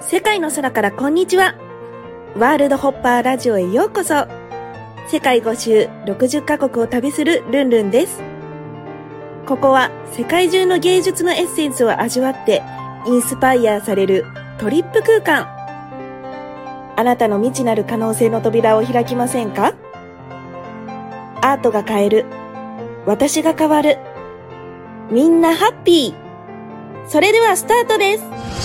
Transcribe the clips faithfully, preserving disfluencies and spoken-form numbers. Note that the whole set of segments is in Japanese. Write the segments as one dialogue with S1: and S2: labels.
S1: 世界の空からこんにちは。ワールドホッパーラジオへようこそ。世界ご周ろくじゅっカ国を旅するルンルンです。ここは世界中の芸術のエッセンスを味わってインスパイアされるトリップ空間。あなたの未知なる可能性の扉を開きませんか？アートが変える。私が変わる。みんなハッピー。それではスタートです。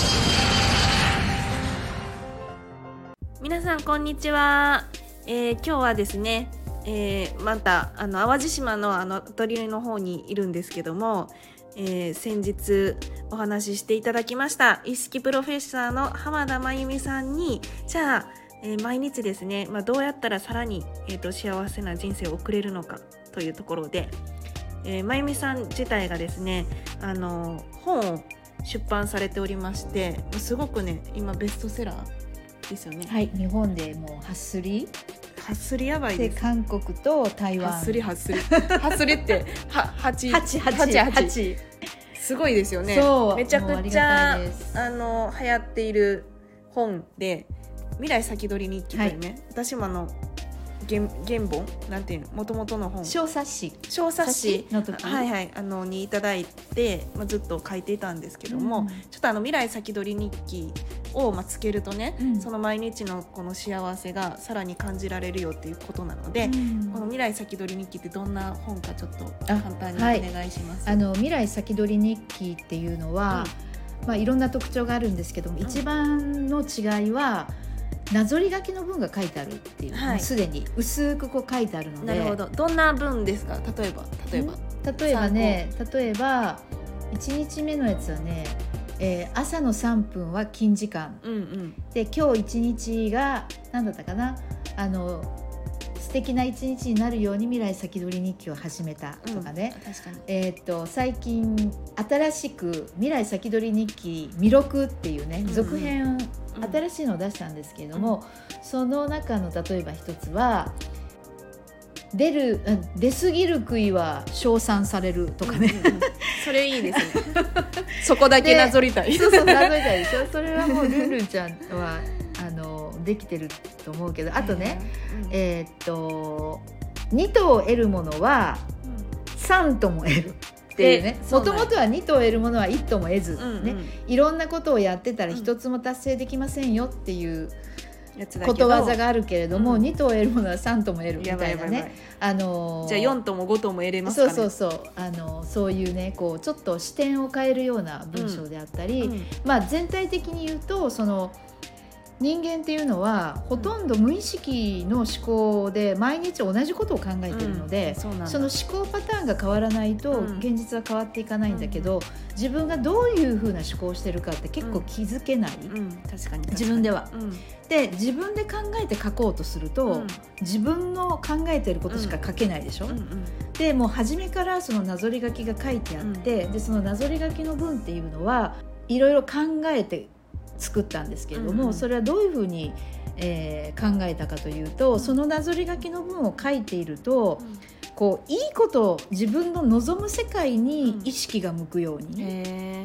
S1: 皆さんこんにちは。えー、今日はですね、えー、またあの淡路島のあのアトリエの方にいるんですけども、えー、先日お話ししていただきました意識プロフェッサーの浜田真由美さんに、じゃあ、えー、毎日ですね、まあ、どうやったらさらに、えーと、幸せな人生を送れるのかというところで、えー、真由美さん自体がですね、あの本を出版されておりまして、すごくね今ベストセラーですよね。
S2: はい、日本でもうはっすり
S1: はっすりやばいです。
S2: で韓国と台湾
S1: はっすりはっすりはっすりっては八
S2: 八八八
S1: すごいですよね。
S2: そう
S1: めちゃくちゃあの流行っている本で未来先取り日記というね、はい、私もあの原, 原本なんていうの元々の本
S2: 小冊子
S1: 小冊子
S2: の時、
S1: はいはい、あのにいただいて、まあ、ずっと書いていたんですけども、うん、ちょっとあの未来先取り日記を、まあ、つけるとね、うん、その毎日のこの幸せがさらに感じられるよっていうことなので、うん、この未来先取り日記ってどんな本かちょっと簡単にお願いします。
S2: あ、はい、あの未来先取り日記っていうのは、うんまあ、いろんな特徴があるんですけども、うん、一番の違いはなぞり書きの文が書いてあるっていう、はい、もうすでに薄くこう書いてあるので。
S1: なるほど。どんな文ですか？例えば例えば
S2: 例えばね例えばいちにちめのやつはね、えー、朝のさんぷんは金時間、うんうん、で今日いちにちが何だったかな、あの素敵な一日になるように未来先取り日記を始めたとかね、うん、確かに、えー、っと最近新しく未来先取り日記魅力っていうね、うんうん、続編新しいのを出したんですけれども、うん、その中の例えば一つは出る出過ぎる杭は称賛されるとかね、うんうんうん、
S1: それいいですねそこだけなぞりたい。
S2: そうそうなぞりたいでしょ。それはもうルンルンちゃんはあのできてると思うけど、あとね、うん、えー、っとにとを得るものはさんとも得るっていうね、もともとはにとを得るものはいちとも得ず、うんうんね、いろんなことをやってたらひとつも達成できませんよっていうことわざがあるけれども、うん、にとを得るものはさんとも得るみたいなね、やばいやばいやばい、あのー、
S1: じゃあよんともごとも得れますかね。
S2: そうそうそう、あのー、そういうねこうちょっと視点を変えるような文章であったり、うんうん、まあ、全体的に言うとその人間っていうのはほとんど無意識の思考で毎日同じことを考えているので、うん、そ, その思考パターンが変わらないと現実は変わっていかないんだけど、うん、自分がどういうふうな思考をしてるかって結構気づけない、うんうん、確かに確かに自分では、うん、で自分で考えて書こうとすると、うん、自分の考えてることしか書けないでしょ、うんうんうん、でもう初めからそのなぞり書きが書いてあって、うん、でそのなぞり書きの文っていうのはいろいろ考えて作ったんですけれども、うんうん、それはどういうふうに、えー、考えたかというと、そのなぞり書きの文を書いていると、うん、こういいことを自分の望む世界に意識が向くように、うん、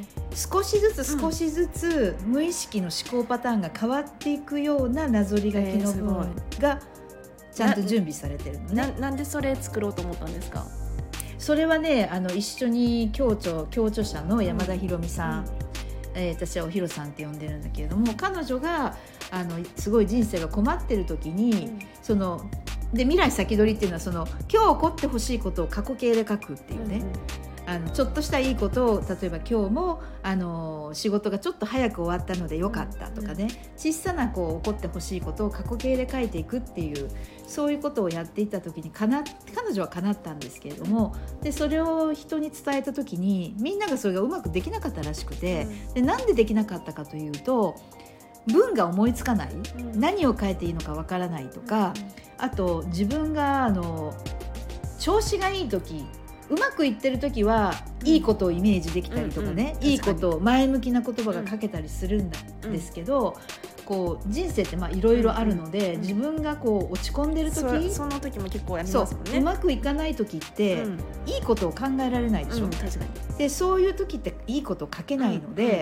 S2: 少しずつ少しずつ無意識の思考パターンが変わっていくようななぞり書きの文がちゃんと準備されてるのね。
S1: な, な, なんでそれ作ろうと思ったんですか？
S2: それはね、あの一緒に共著共著者の山田博美さん、うんえー、私はおひろさんって呼んでるんだけれども、彼女があのすごい人生が困ってる時に、うん、そので未来先取りっていうのはその今日起こってほしいことを過去形で書くっていうね、うん、あのちょっとしたいいことを例えば今日もあの仕事がちょっと早く終わったのでよかったとかね、うん、小さなこう起こってほしいことを過去形で書いていくっていう、そういうことをやっていた時にかな彼女は叶ったんですけれども、でそれを人に伝えた時にみんながそれがうまくできなかったらしくて、うん、でなんでできなかったかというと文が思いつかない、うん、何を書いていいのかわからないとか、うん、あと自分があの調子がいい時うまくいってる時はいいことをイメージできたりとかね、うんうん、いいこと前向きな言葉が書けたりするんですけど、うん、こう人生っていろいろあるので、うんうん、自分がこう落ち込んでる時
S1: そ, その時も結構やりますもんね。
S2: そううまくいかない時って、うん、いいことを考えられないでしょ、うん、確かに。でそういう時っていいことを書けないので、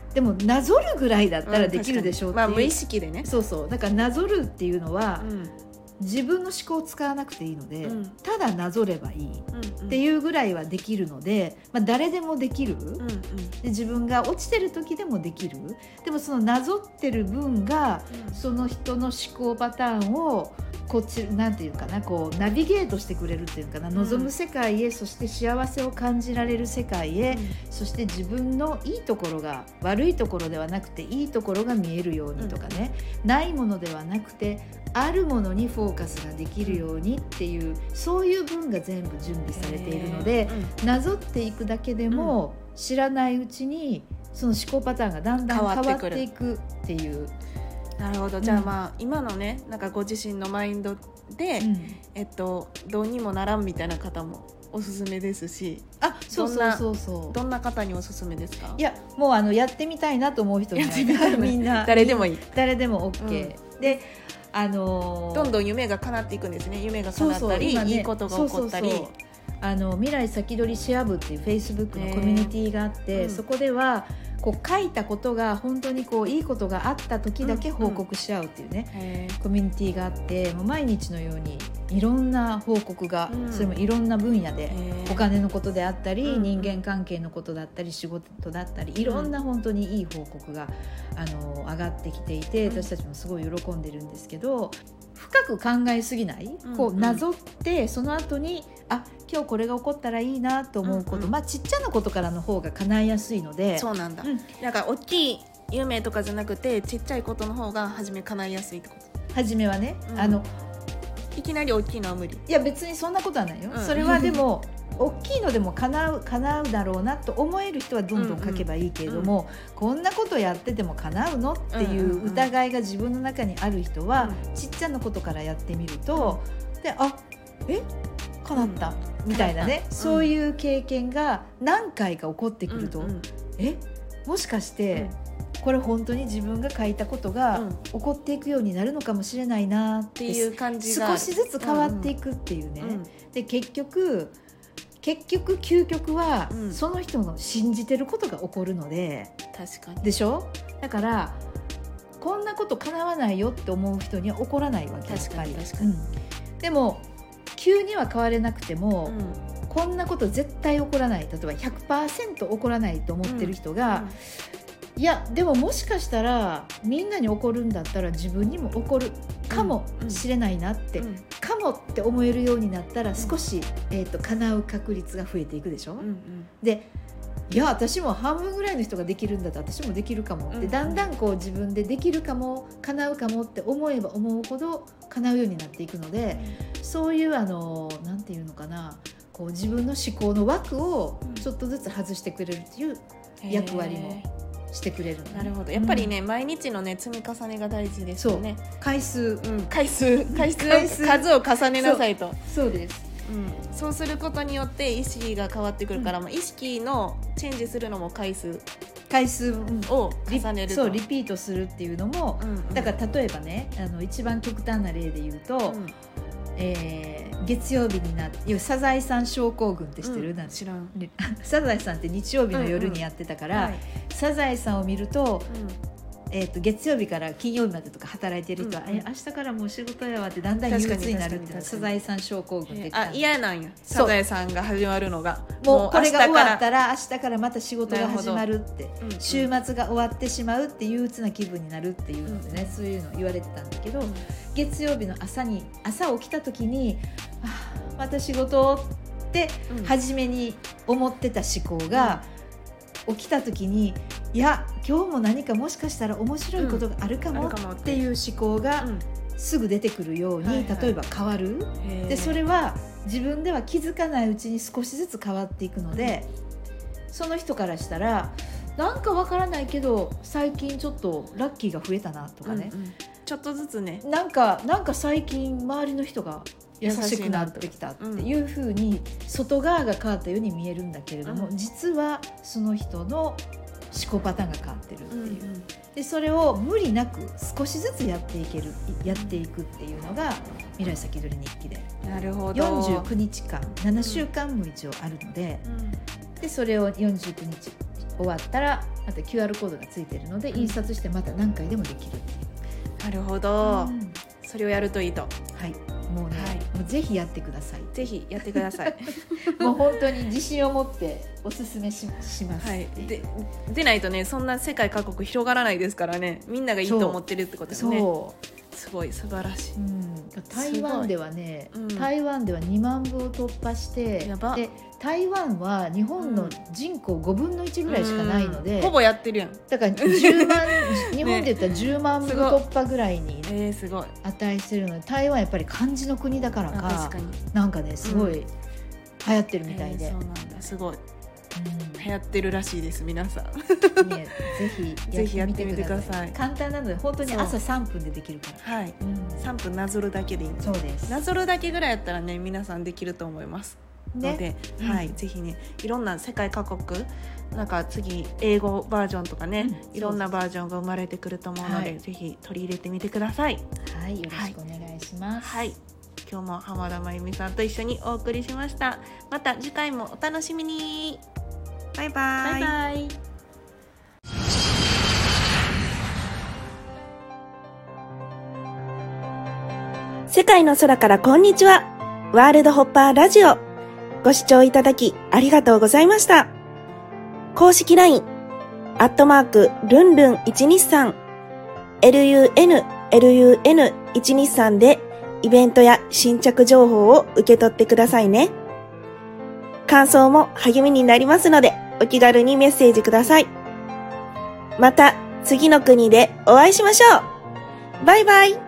S2: でもなぞるぐらいだったらできるでしょうっていう、
S1: うん、まあ無意識でね。
S2: そうそうだからなぞるっていうのは、
S1: うん、
S2: 自分の思考を使わなくていいので、うん、ただなぞればいいっていうぐらいはできるので、まあ、誰でもできる、うんうん、で自分が落ちてる時でもできる。でもそのなぞってる分が、うん、その人の思考パターンをこっちなんていうかなこうナビゲートしてくれるっていうかな、望む世界へ、うん、そして幸せを感じられる世界へ、うん、そして自分のいいところが悪いところではなくていいところが見えるようにとかね、うん、ないものではなくてあるものにフォーカスができるようにっていう、そういう分が全部準備されているので、うん、なぞっていくだけでも、うん、知らないうちにその思考パターンがだんだん変わっていくっていう。
S1: なるほど。じゃあまあ、うん、今のねなんかご自身のマインドで、うん、えっとどうにもならんみたいな方もおすすめですし、
S2: あ、そうそうそうそう、
S1: どんな方におすすめですか？
S2: いやもうあのやってみたいなと思う人にはみんな
S1: 誰でもいい、
S2: 誰でも OK、うん、であのー、
S1: どんどん夢が叶っていくんですね。夢が叶ったり、そうそう、ね、いいことが起こったり、そうそうそう、
S2: あの未来先取りシェア部っていう Facebook のコミュニティがあって、うん、そこではこう書いたことが本当にこういいことがあった時だけ報告し合うっていうね、うん、コミュニティがあって、もう毎日のようにいろんな報告が、うん、それもいろんな分野でお金のことであったり、うん、人間関係のことだったり仕事だったりいろんな本当にいい報告があの上がってきていて、私たちもすごい喜んでるんですけど、深く考えすぎない、うんうん、こうなぞってその後にあ今日これが起こったらいいなと思うこと、うんうん、まあちっちゃなことからの方が叶いやすいので。
S1: そうなんだ、うん、なんか大きい夢とかじゃなくてちっちゃいことの方が初め叶いやすいってこと？
S2: 初めはね、うん、あの
S1: いきなり大きいのは無理。
S2: いや別にそんなことはないよ、うん、それはでも大きいのでも叶う、叶うだろうなと思える人はどんどん書けばいいけれども、うんうん、こんなことやってても叶うのっていう疑いが自分の中にある人は、うん、ちっちゃなことからやってみると、うん、であえ叶った、うん、みたいなね、うん、そういう経験が何回か起こってくると、うんうん、えもしかして、うん、これ本当に自分が書いたことが起こっていくようになるのかもしれないなっていう感じが少しずつ変わっていくっていうね、うんうん、で結局結局究極は、うん、その人の信じてることが起こるので。
S1: 確かに
S2: でしょ。だからこんなこと叶わないよって思う人には起こらないわけ。
S1: 確かに確かに、うん、
S2: でも急には変われなくても、うん、こんなこと絶対起こらない、例えば ひゃくパーセント 起こらないと思ってる人が、うんうんいやでももしかしたらみんなに起こるんだったら自分にも起こるかもしれないなって、うんうん、かもって思えるようになったら少し、うんえー、と叶う確率が増えていくでしょ、うんうん、でいや私も半分ぐらいの人ができるんだったら私もできるかもって、うんうん、だんだんこう自分でできるかも叶うかもって思えば思うほど叶うようになっていくので、うん、そういうあのなんていうのかなこう自分の思考の枠をちょっとずつ外してくれるっていう役割もしてくれる、ね、
S1: なるほど。やっぱりね、うん、毎日のね積み重ねが大事ですよね。
S2: 回数、
S1: うん、回数回数回数数を重ねなさいと。
S2: そう、そうです、
S1: うん、そうすることによって意識が変わってくるから、うん、意識のチェンジするのも回数
S2: 回数
S1: を重ねると、
S2: そうリピートするっていうのも、うんうん、だから例えばねあの一番極端な例で言うと、うんえー、月曜日になってサザエさん症候群って知ってる、
S1: うん、知らん
S2: サザエさんって日曜日の夜にやってたから、うんうんはい、サザエさんを見ると、うんえー、と月曜日から金曜日までとか働いてる人は、うんうん、え明日からもう仕事やわってだんだん憂鬱になるっていうのはサザエさん症候群って、
S1: えー、あ嫌なんやサザエさんが始まるのが
S2: もうこれが終わったら明日からまた仕事が始まるって、うんうん、週末が終わってしまうって憂鬱な気分になるっていうのでね、うん、そういうの言われてたんだけど、うん、月曜日の朝に朝起きた時にあまた仕事って初めに思ってた思考が、うん、起きた時にいや今日も何かもしかしたら面白いことがあるかもっていう思考がすぐ出てくるように、うん、例えば変わる、はいはい、でそれは自分では気づかないうちに少しずつ変わっていくので、うん、その人からしたらなんかわからないけど最近ちょっとラッキーが増えたなとかね、うんうん、
S1: ちょっとずつね
S2: なんか、なんか最近周りの人が優しくなってきたっていう風に外側が変わったように見えるんだけれども、うん、実はその人の思考パターンが変わってるっていう、うんうん、でそれを無理なく少しずつやっていけるやっていくっていうのが未来先取り日記で
S1: なるほど
S2: よんじゅうくにちかんななしゅうかんも一応あるので、うん、でそれをよんじゅうくにち終わったらあと キューアール コードがついてるので、印刷してまた何回でもできる。
S1: なるほど、
S2: うん、
S1: それをやるといいと。
S2: はい、もうね、
S1: はい、
S2: もうぜひやってください。
S1: ぜひやってください
S2: もう本当に自信を持っておすすめ し, します、
S1: はい、で, でないとね、そんな世界各国広がらないですからね。みんながいいと思ってるってことですね。
S2: そう
S1: すごい素晴らしい、
S2: うん、台湾ではね、
S1: うん、
S2: 台湾ではにまんぶを突破して、
S1: やば。
S2: で台湾は日本の人口ごぶんのいちぐらいしかないので、
S1: うん、ほぼやってるやん。
S2: だからじゅうまん日本で言ったらじゅうまんぶ突破ぐらいに値してるので、台湾やっぱり漢字の国だからか、
S1: 確かに
S2: なんかねすごい流行ってるみたいで、
S1: えー、そうなんだ、すごい、うん、流行ってるらしいです皆さん
S2: ね、ぜひやってみてください。簡単なので本当に朝さんぷんでできるから、
S1: はい、うん、さんぷんなぞるだけでいい。
S2: そうです。
S1: なぞるだけぐらいやったらね、皆さんできると思いますので、ね、はい、うん、ぜひね、いろんな世界各国、なんか次英語バージョンとかね、うん、いろんなバージョンが生まれてくると思うので、はい、ぜひ取り入れてみてください。
S2: はい、よろしくお願いします。
S1: はい、今日も浜田真由美さんと一緒にお送りしました。また次回もお楽しみに。バイバイ。
S2: バイバイ。
S1: 世界の空からこんにちは。ワールドホッパーラジオ。ご視聴いただきありがとうございました。公式 ライン、アットマーク、ルンルンいちにさん、エルユーエヌエルユーエヌいちにさん でイベントや新着情報を受け取ってくださいね。感想も励みになりますので、お気軽にメッセージください。また次の国でお会いしましょう。バイバイ。